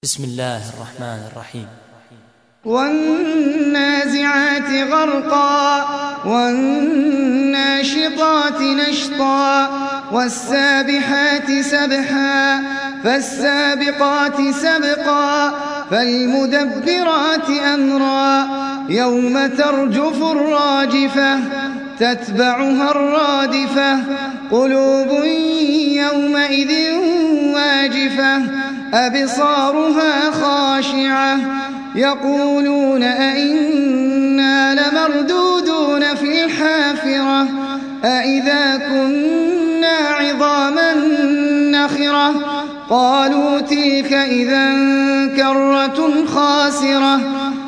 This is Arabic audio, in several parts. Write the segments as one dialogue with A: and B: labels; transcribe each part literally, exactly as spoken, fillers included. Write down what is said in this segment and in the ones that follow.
A: بسم الله الرحمن الرحيم.
B: والنازعات غرقا والناشطات نشطا والسابحات سبحا فالسابقات سبقا فالمدبرات أمرا يوم ترجف الراجفة تتبعها الرادفة قلوب يومئذ واجفة أبصارها خاشعة يقولون أئنا لمردودون في الحافرة أئذا كنا عظاما نخرة قالوا تلك إذا كرة خاسرة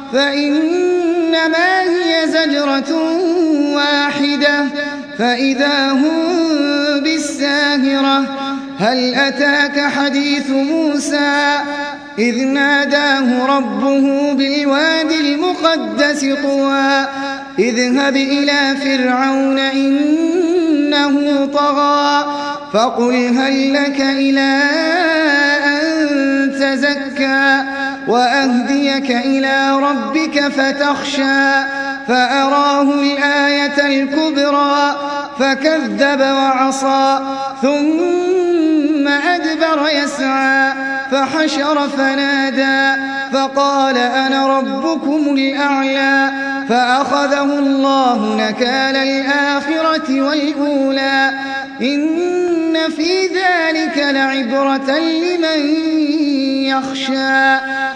B: فإنما هي زجرة واحدة فإذا هم بالساهرة هل أتاك حديث موسى إذ ناداه ربه بالوادي المقدس طوى اذهب إلى فرعون إنه طغى فقل هل لك إلى أن تزكى وأهديك إلى ربك فتخشى فأراه الآية الكبرى فكذب وعصى ثم أدبر يسعى فحشر فنادى فقال أنا ربكم الأعلى فأخذه الله نكال الآخرة والأولى إن في ذلك لعبرة لمن يخشى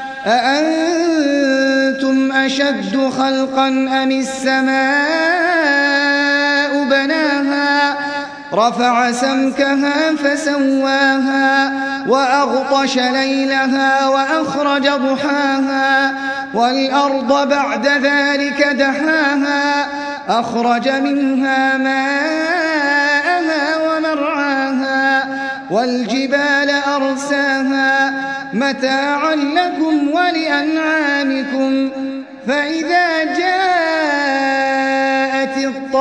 B: أأنتم أشد خلقا أم السماء بناها رفع سمكها فسواها وأغطش ليلها وأخرج ضحاها والأرض بعد ذلك دحاها أخرج منها ماءها ومرعاها والجبال أرساها متاعا لكم ولأنعامكم فإذا جاءت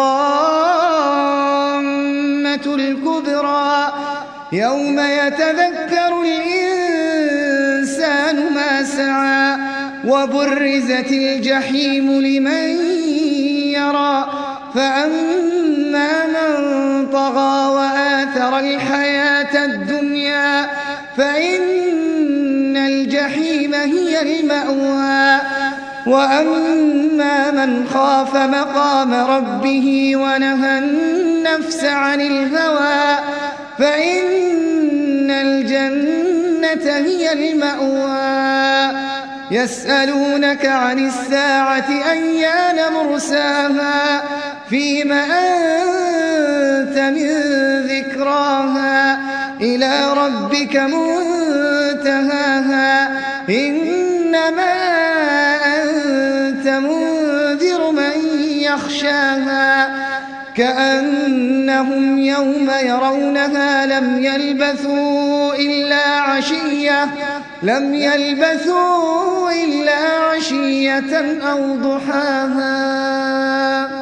B: الطامة الكبرى يوم يتذكر الإنسان ما سعى وبرزت الجحيم لمن يرى فأما من طغى وآثر الحياة الدنيا فإن الجحيم هي المأوى وأما من خاف مقام ربه ونهى النفس عن الهوى فإن الجنة هي المأوى يسألونك عن الساعة أيان مرساها فيم أنت من ذكراها إلى ربك منتهاها إنما أنت منذر من يخشاها كأنهم يوم يرونها لم يلبثوا إلا عشية لم يلبثوا إلا عشية أو ضحاها.